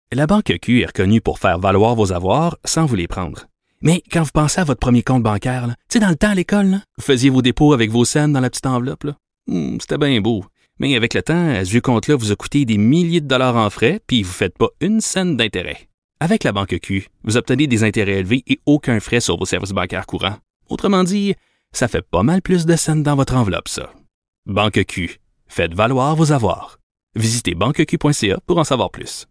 La Banque Q est reconnue pour faire valoir vos avoirs sans vous les prendre. Mais quand vous pensez à votre premier compte bancaire, tu sais, dans le temps à l'école, là, vous faisiez vos dépôts avec vos scènes dans la petite enveloppe. Là. C'était bien beau. Mais avec le temps, ce vieux compte-là vous a coûté des milliers de dollars en frais, puis vous ne faites pas une scène d'intérêt. Avec la Banque Q, vous obtenez des intérêts élevés et aucun frais sur vos services bancaires courants. Autrement dit, ça fait pas mal plus de scènes dans votre enveloppe, ça. Banque Q. Faites valoir vos avoirs. Visitez banqueq.ca pour en savoir plus.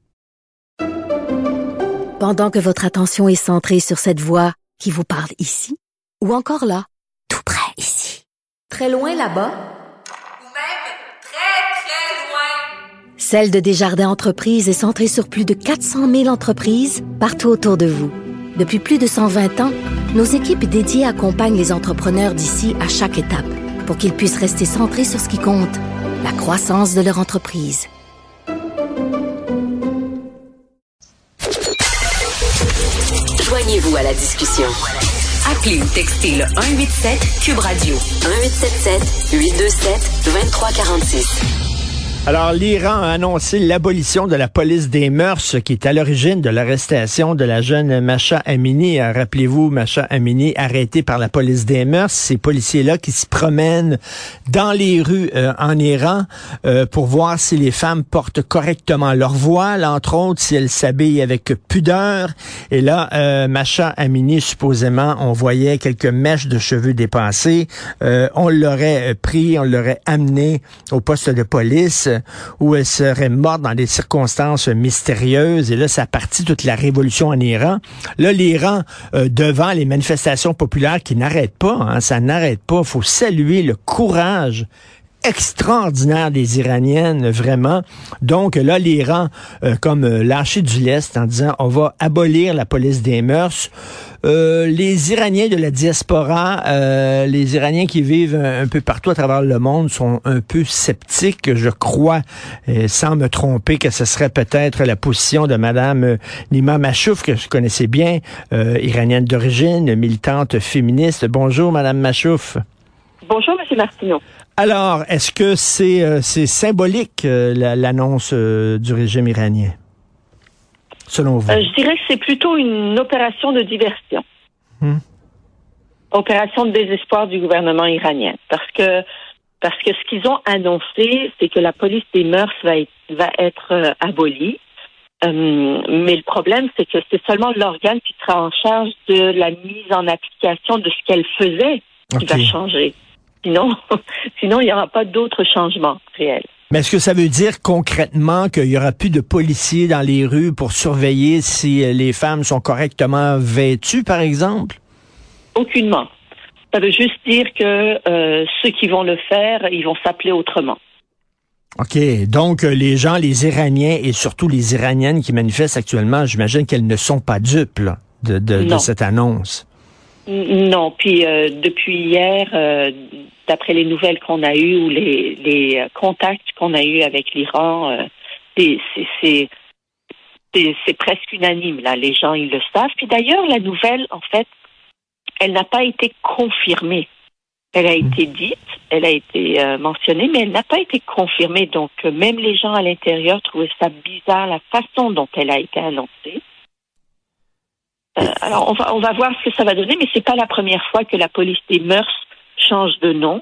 Pendant que votre attention est centrée sur cette voix qui vous parle ici, ou encore là, tout près ici, très loin là-bas, ou même très, très loin, Celle de Desjardins Entreprises est centrée sur plus de 400 000 entreprises partout autour de vous. Depuis plus de 120 ans, nos équipes dédiées accompagnent les entrepreneurs d'ici à chaque étape pour qu'ils puissent rester centrés sur ce qui compte, la croissance de leur entreprise. Joignez-vous à la discussion. Appelez ou textez le 187 Cube Radio 1877 827 2346. Alors, l'Iran a annoncé l'abolition de la police des mœurs qui est à l'origine de l'arrestation de la jeune Mahsa Amini. Rappelez-vous, Mahsa Amini, arrêtée par la police des mœurs. Ces policiers-là qui se promènent dans les rues en Iran pour voir si les femmes portent correctement leur voile, entre autres, si elles s'habillent avec pudeur. Et là, Mahsa Amini, supposément, on voyait quelques mèches de cheveux dépassées. On l'aurait pris, on l'aurait amené au poste de police où elle serait morte dans des circonstances mystérieuses. Et là, ça a parti toute la révolution en Iran. Là, l'Iran, devant les manifestations populaires qui n'arrêtent pas, ça n'arrête pas. Il faut saluer le courage extraordinaire des Iraniennes, vraiment. Donc là, l'Iran, comme lâché du lest en disant on va abolir la police des mœurs. Les Iraniens de la diaspora, les Iraniens qui vivent un peu partout à travers le monde sont un peu sceptiques, je crois, sans me tromper, que ce serait peut-être la position de Madame Nima Machouf, que je connaissais bien, iranienne d'origine, militante féministe. Bonjour, Madame Machouf. Bonjour, M. Martineau. Alors, est-ce que c'est symbolique, l'annonce du régime iranien, selon vous? Je dirais que c'est plutôt une opération de diversion. Opération de désespoir du gouvernement iranien. Parce que ce qu'ils ont annoncé, c'est que la police des mœurs va être abolie. Mais le problème, c'est que c'est seulement l'organe qui sera en charge de la mise en application de ce qu'elle faisait qui va changer. Sinon, il n'y aura pas d'autres changements réels. Mais est-ce que ça veut dire concrètement qu'il n'y aura plus de policiers dans les rues pour surveiller si les femmes sont correctement vêtues, par exemple? Aucunement. Ça veut juste dire que ceux qui vont le faire, ils vont s'appeler autrement. OK. Donc, les gens, les Iraniens et surtout les Iraniennes qui manifestent actuellement, j'imagine qu'elles ne sont pas dupes là, de cette annonce. Non. Puis, depuis hier, d'après les nouvelles qu'on a eues ou les contacts qu'on a eus avec l'Iran, c'est presque unanime. Là, les gens, ils le savent. Puis d'ailleurs, la nouvelle, en fait, elle n'a pas été confirmée. Elle a été dite, elle a été mentionnée, mais elle n'a pas été confirmée. Donc, même les gens à l'intérieur trouvaient ça bizarre, la façon dont elle a été annoncée. Alors, on va voir ce que ça va donner, mais c'est pas la première fois que la police des mœurs change de nom.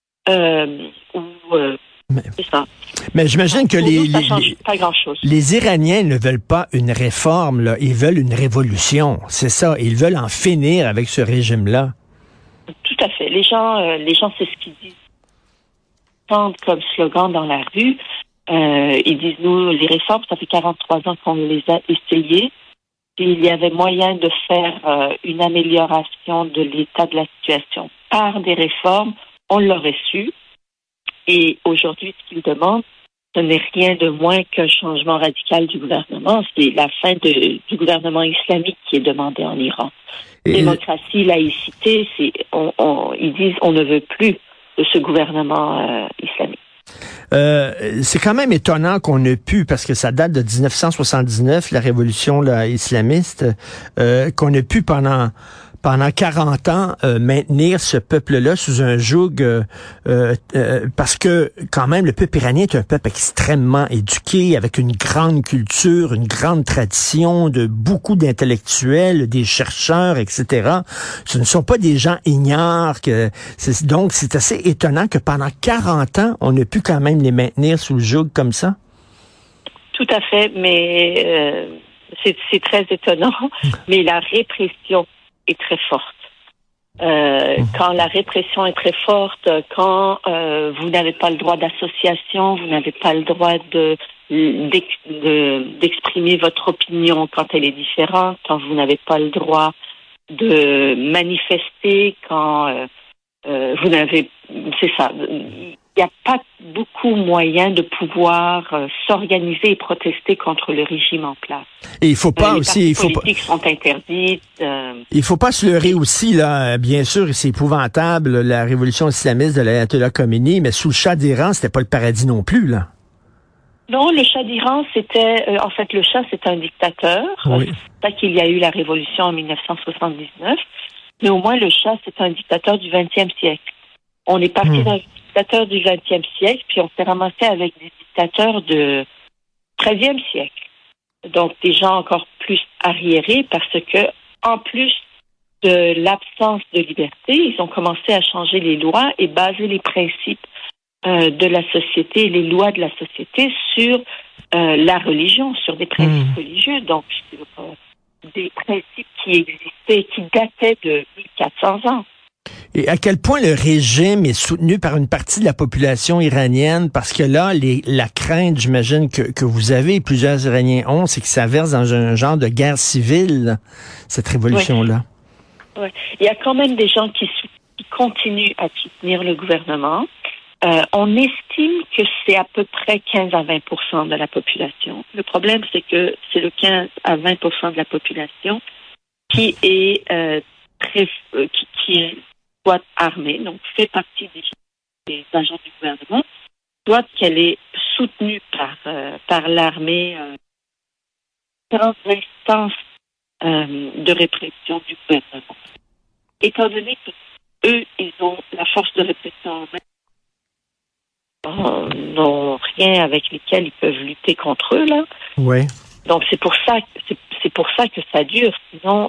C'est ça. Mais j'imagine que ça change pas grand-chose. Les Iraniens ne veulent pas une réforme, là. Ils veulent une révolution. C'est ça. Ils veulent en finir avec ce régime-là. Tout à fait. Les gens, c'est ce qu'ils disent. Comme slogan dans la rue. Ils disent, nous, les réformes, ça fait 43 ans qu'on les a essayées. Il y avait moyen de faire une amélioration de l'état de la situation par des réformes. On l'aurait su. Et aujourd'hui, ce qu'ils demandent, ce n'est rien de moins qu'un changement radical du gouvernement. C'est la fin du gouvernement islamique qui est demandé en Iran. Démocratie, laïcité, ils disent on ne veut plus de ce gouvernement islamique. C'est quand même étonnant qu'on ait pu, parce que ça date de 1979, la révolution là, islamiste, qu'on ait pu pendant pendant 40 ans, maintenir ce peuple-là sous un joug, parce que quand même, le peuple iranien est un peuple extrêmement éduqué, avec une grande culture, une grande tradition, de beaucoup d'intellectuels, des chercheurs, etc. Ce ne sont pas des gens ignares. Donc, c'est assez étonnant que pendant 40 ans, on ait pu quand même les maintenir sous le joug comme ça. Tout à fait, mais c'est très étonnant. Mais la répression est très forte. Quand la répression est très forte, quand vous n'avez pas le droit d'association, vous n'avez pas le droit d'exprimer votre opinion quand elle est différente, quand vous n'avez pas le droit de manifester, quand vous n'avez... C'est ça. Il n'y a pas beaucoup moyen de pouvoir s'organiser et protester contre le régime en place. Et il faut pas aussi... Les politiques sont interdites. Il faut pas se leurrer aussi, là, bien sûr, c'est épouvantable, la révolution islamiste de l'ayatollah Khomeini, mais sous le Shah d'Iran, c'était pas le paradis non plus, là. Non, le Shah d'Iran, c'était... en fait, le Shah, c'est un dictateur. Oui. C'est ça qu'il y a eu la révolution en 1979. Mais au moins, le Shah, c'est un dictateur du XXe siècle. On est parti d'un dictateur du XXe siècle, puis on s'est ramassé avec des dictateurs de XIIIe siècle. Donc, des gens encore plus arriérés parce que, en plus de l'absence de liberté, ils ont commencé à changer les lois et baser les principes de la société, les lois de la société sur la religion, sur des principes religieux. Donc, des principes qui existaient, qui dataient de 1400 ans. Et à quel point le régime est soutenu par une partie de la population iranienne? Parce que là, la crainte, j'imagine, que vous avez, plusieurs Iraniens ont, c'est que ça verse dans un genre de guerre civile, cette révolution-là. Oui. Il y a quand même des gens qui continuent à soutenir le gouvernement. On estime que c'est à peu près 15 à 20% de la population. Le problème, c'est que c'est le 15 à 20% de la population qui est qui soit armée, donc fait partie des agents du gouvernement, soit qu'elle est soutenue par l'armée, différentes instances de répression du gouvernement. Étant donné qu'eux, ils ont la force de répression en main, n'ont rien avec lesquels ils peuvent lutter contre eux, là. Oui. Donc c'est pour ça que ça dure. Sinon,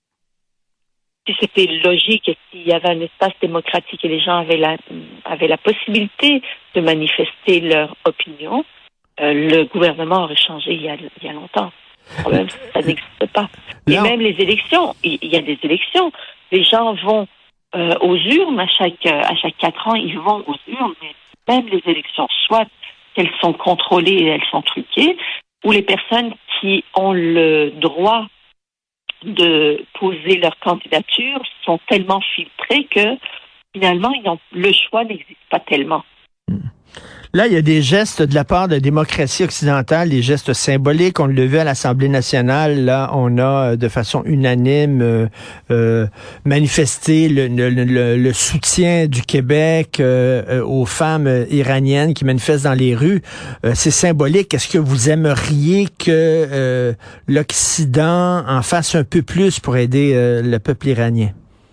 si c'était logique et s'il y avait un espace démocratique et les gens avaient la possibilité de manifester leur opinion, le gouvernement aurait changé il y a longtemps. Le problème, c'est que ça n'existe pas. Et Non. même les élections, il y a des élections. Les gens vont aux urnes à chaque 4 ans, ils vont aux urnes, mais même les élections, soit qu'elles sont contrôlées et elles sont truquées, ou les personnes qui ont le droit de poser leur candidature sont tellement filtrées que finalement, le choix n'existe pas tellement. Là, il y a des gestes de la part de la démocratie occidentale, des gestes symboliques. On l'a vu à l'Assemblée nationale. Là, on a de façon unanime manifesté le soutien du Québec aux femmes iraniennes qui manifestent dans les rues. C'est symbolique. Est-ce que vous aimeriez que l'Occident en fasse un peu plus pour aider le peuple iranien?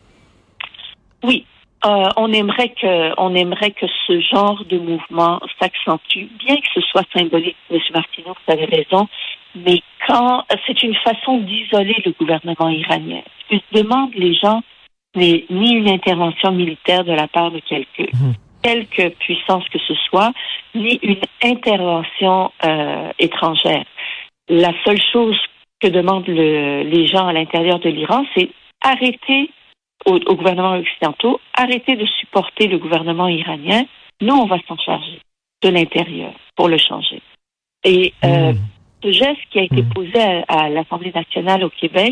Oui. On aimerait que ce genre de mouvement s'accentue, bien que ce soit symbolique. M. Martineau, vous avez raison, mais quand c'est une façon d'isoler le gouvernement iranien. Ce que se demandent les gens n'est ni une intervention militaire de la part de quelque puissance que ce soit, ni une intervention étrangère. La seule chose que demandent les gens à l'intérieur de l'Iran, c'est arrêter au gouvernement occidentaux, arrêtez de supporter le gouvernement iranien. Nous, on va s'en charger de l'intérieur pour le changer. Et ce geste qui a été posé à l'Assemblée nationale au Québec,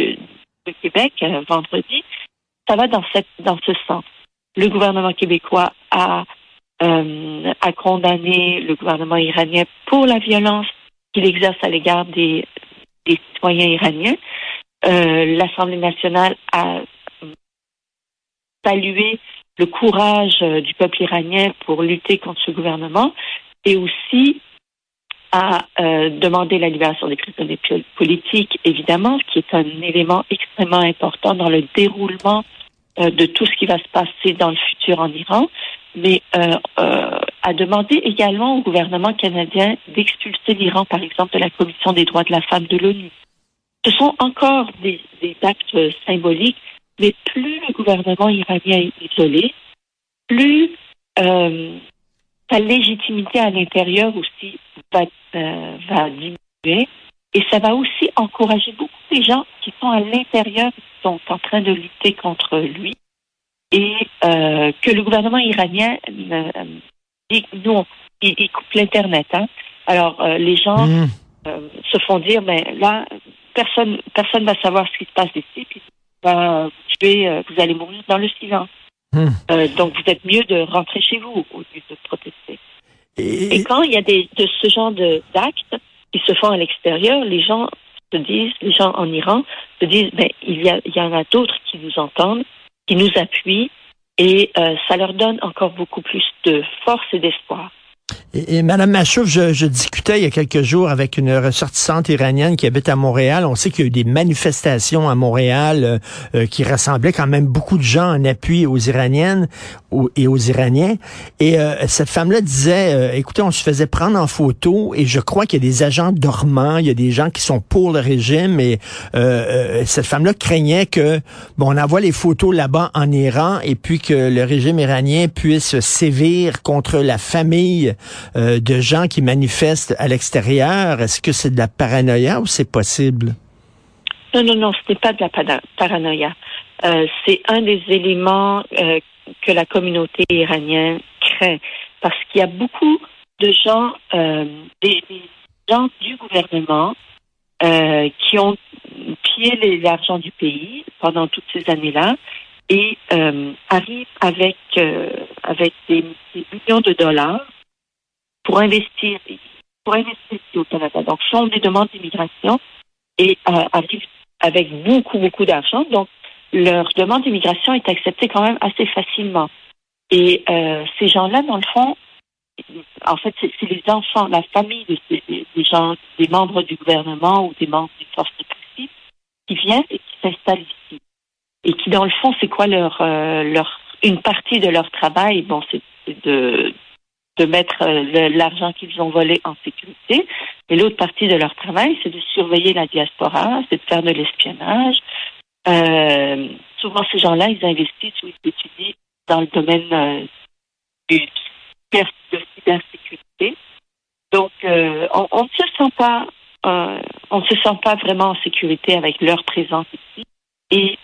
vendredi, ça va dans ce sens. Le gouvernement québécois a condamné le gouvernement iranien pour la violence qu'il exerce à l'égard des citoyens iraniens. L'Assemblée nationale a saluer le courage du peuple iranien pour lutter contre ce gouvernement et aussi a demandé la libération des prisonniers politiques, évidemment, qui est un élément extrêmement important dans le déroulement de tout ce qui va se passer dans le futur en Iran, mais a demandé également au gouvernement canadien d'expulser l'Iran, par exemple, de la Commission des droits de la femme de l'ONU. Ce sont encore des actes symboliques, mais plus le gouvernement iranien est isolé, plus sa légitimité à l'intérieur aussi va diminuer, et ça va aussi encourager beaucoup de gens qui sont à l'intérieur, qui sont en train de lutter contre lui, et que le gouvernement iranien dit, nous, il coupe l'Internet. Hein. Alors, les gens se font dire, mais là, personne va savoir ce qui se passe ici, puis vous allez mourir dans le silence. Donc, vous êtes mieux de rentrer chez vous au lieu de protester. Et quand il y a de ce genre d'actes qui se font à l'extérieur, les gens en Iran se disent, ben, il y en a d'autres qui nous entendent, qui nous appuient, et ça leur donne encore beaucoup plus de force et d'espoir. Et Mme Machouf, je discutais il y a quelques jours avec une ressortissante iranienne qui habite à Montréal. On sait qu'il y a eu des manifestations à Montréal qui rassemblaient quand même beaucoup de gens en appui aux Iraniennes et aux Iraniens. Et cette femme-là disait, écoutez, on se faisait prendre en photo et je crois qu'il y a des agents dormants, il y a des gens qui sont pour le régime et cette femme-là craignait que, on envoie les photos là-bas en Iran et puis que le régime iranien puisse sévir contre la famille de gens qui manifestent à l'extérieur. Est-ce que c'est de la paranoïa ou c'est possible? Non, ce n'est pas de la paranoïa. C'est un des éléments que la communauté iranienne craint. Parce qu'il y a beaucoup de gens, des gens du gouvernement qui ont pillé l'argent du pays pendant toutes ces années-là et arrivent avec des millions de dollars pour investir ici au Canada. Donc, font des demandes d'immigration et arrivent avec beaucoup, beaucoup d'argent. Donc, leur demande d'immigration est acceptée quand même assez facilement. Et ces gens-là, dans le fond, en fait, c'est les enfants, la famille des gens, des membres du gouvernement ou des membres des forces de police qui viennent et qui s'installent ici. Et qui, dans le fond, c'est quoi une partie de leur travail? Bon, c'est de mettre l'argent qu'ils ont volé en sécurité. Et l'autre partie de leur travail, c'est de surveiller la diaspora, c'est de faire de l'espionnage. Souvent, ces gens-là, ils investissent ou ils étudient dans le domaine de cybersécurité. Donc, on ne se sent pas vraiment en sécurité avec leur présence ici. Et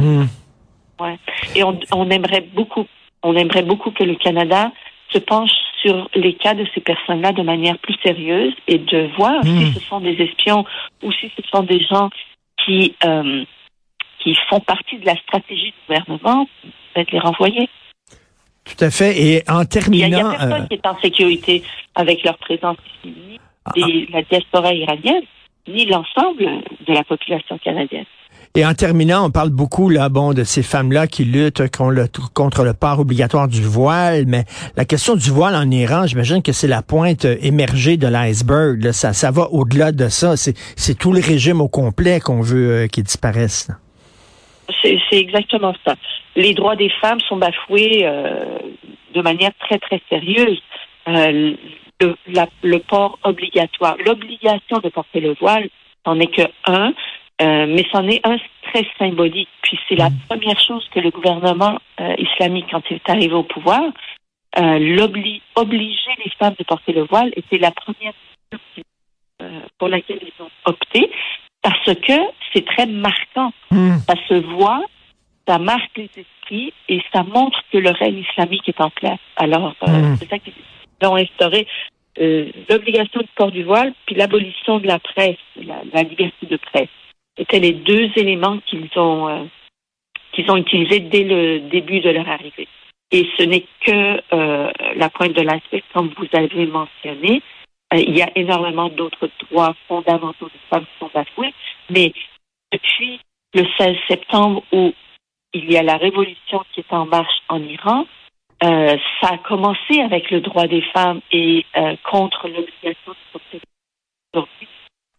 on aimerait beaucoup que le Canada se penche sur les cas de ces personnes-là de manière plus sérieuse et de voir si ce sont des espions ou si ce sont des gens qui font partie de la stratégie du gouvernement, peut-être les renvoyer. Tout à fait. Et en terminant... Il y a personne qui est en sécurité avec leur présence ici, ni la diaspora iranienne, ni l'ensemble de la population canadienne. Et en terminant, on parle beaucoup de ces femmes-là qui luttent contre le port obligatoire du voile, mais la question du voile en Iran, j'imagine que c'est la pointe émergée de l'iceberg. Là. Ça va au-delà de ça. C'est tout le régime au complet qu'on veut qu'il disparaisse. Là. C'est exactement ça. Les droits des femmes sont bafoués de manière très, très sérieuse. Le port obligatoire, l'obligation de porter le voile, c'en est que un. Mais c'en est un très symbolique. Puis c'est la première chose que le gouvernement islamique, quand il est arrivé au pouvoir, obliger les femmes de porter le voile était la première chose pour laquelle ils ont opté, parce que c'est très marquant. Ça se voit, ça marque les esprits et ça montre que le règne islamique est en place. Alors, c'est ça qu'ils ont instauré. L'obligation du port du voile, puis l'abolition de la presse, la liberté de presse. Étaient les deux éléments qu'ils ont utilisés dès le début de leur arrivée. Et ce n'est que la pointe de l'iceberg, comme vous avez mentionné. Il y a énormément d'autres droits fondamentaux des femmes qui sont bafoués, mais depuis le 16 septembre où il y a la révolution qui est en marche en Iran, ça a commencé avec le droit des femmes et contre l'obligation de porter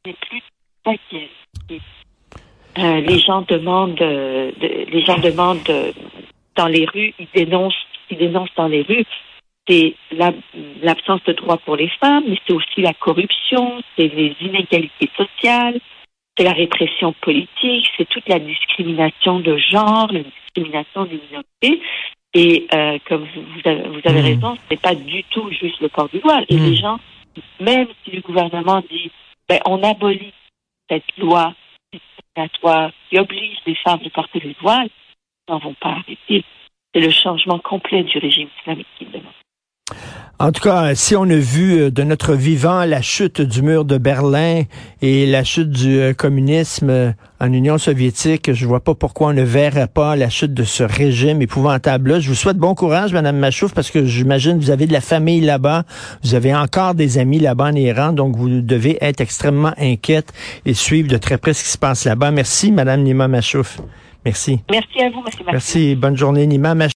n'est plus inquiet. Les gens demandent dans les rues, ils dénoncent dans les rues. C'est l'absence de droits pour les femmes, mais c'est aussi la corruption, c'est les inégalités sociales, c'est la répression politique, c'est toute la discrimination de genre, la discrimination des minorités. Et comme vous avez raison, ce n'est pas du tout juste le port du voile. Et les gens, même si le gouvernement dit on abolit cette loi discriminatoire qui oblige les femmes de porter le voile, ils n'en vont pas arrêter. C'est le changement complet du régime islamique qu'ils demandent. En tout cas, si on a vu de notre vivant la chute du mur de Berlin et la chute du communisme en Union soviétique, je vois pas pourquoi on ne verrait pas la chute de ce régime épouvantable-là. Je vous souhaite bon courage, Madame Machouf, parce que j'imagine que vous avez de la famille là-bas, vous avez encore des amis là-bas en Iran, donc vous devez être extrêmement inquiète et suivre de très près ce qui se passe là-bas. Merci, Madame Nima Machouf. Merci. Merci à vous, M. Machouf. Merci. Bonne journée, Nima Machouf.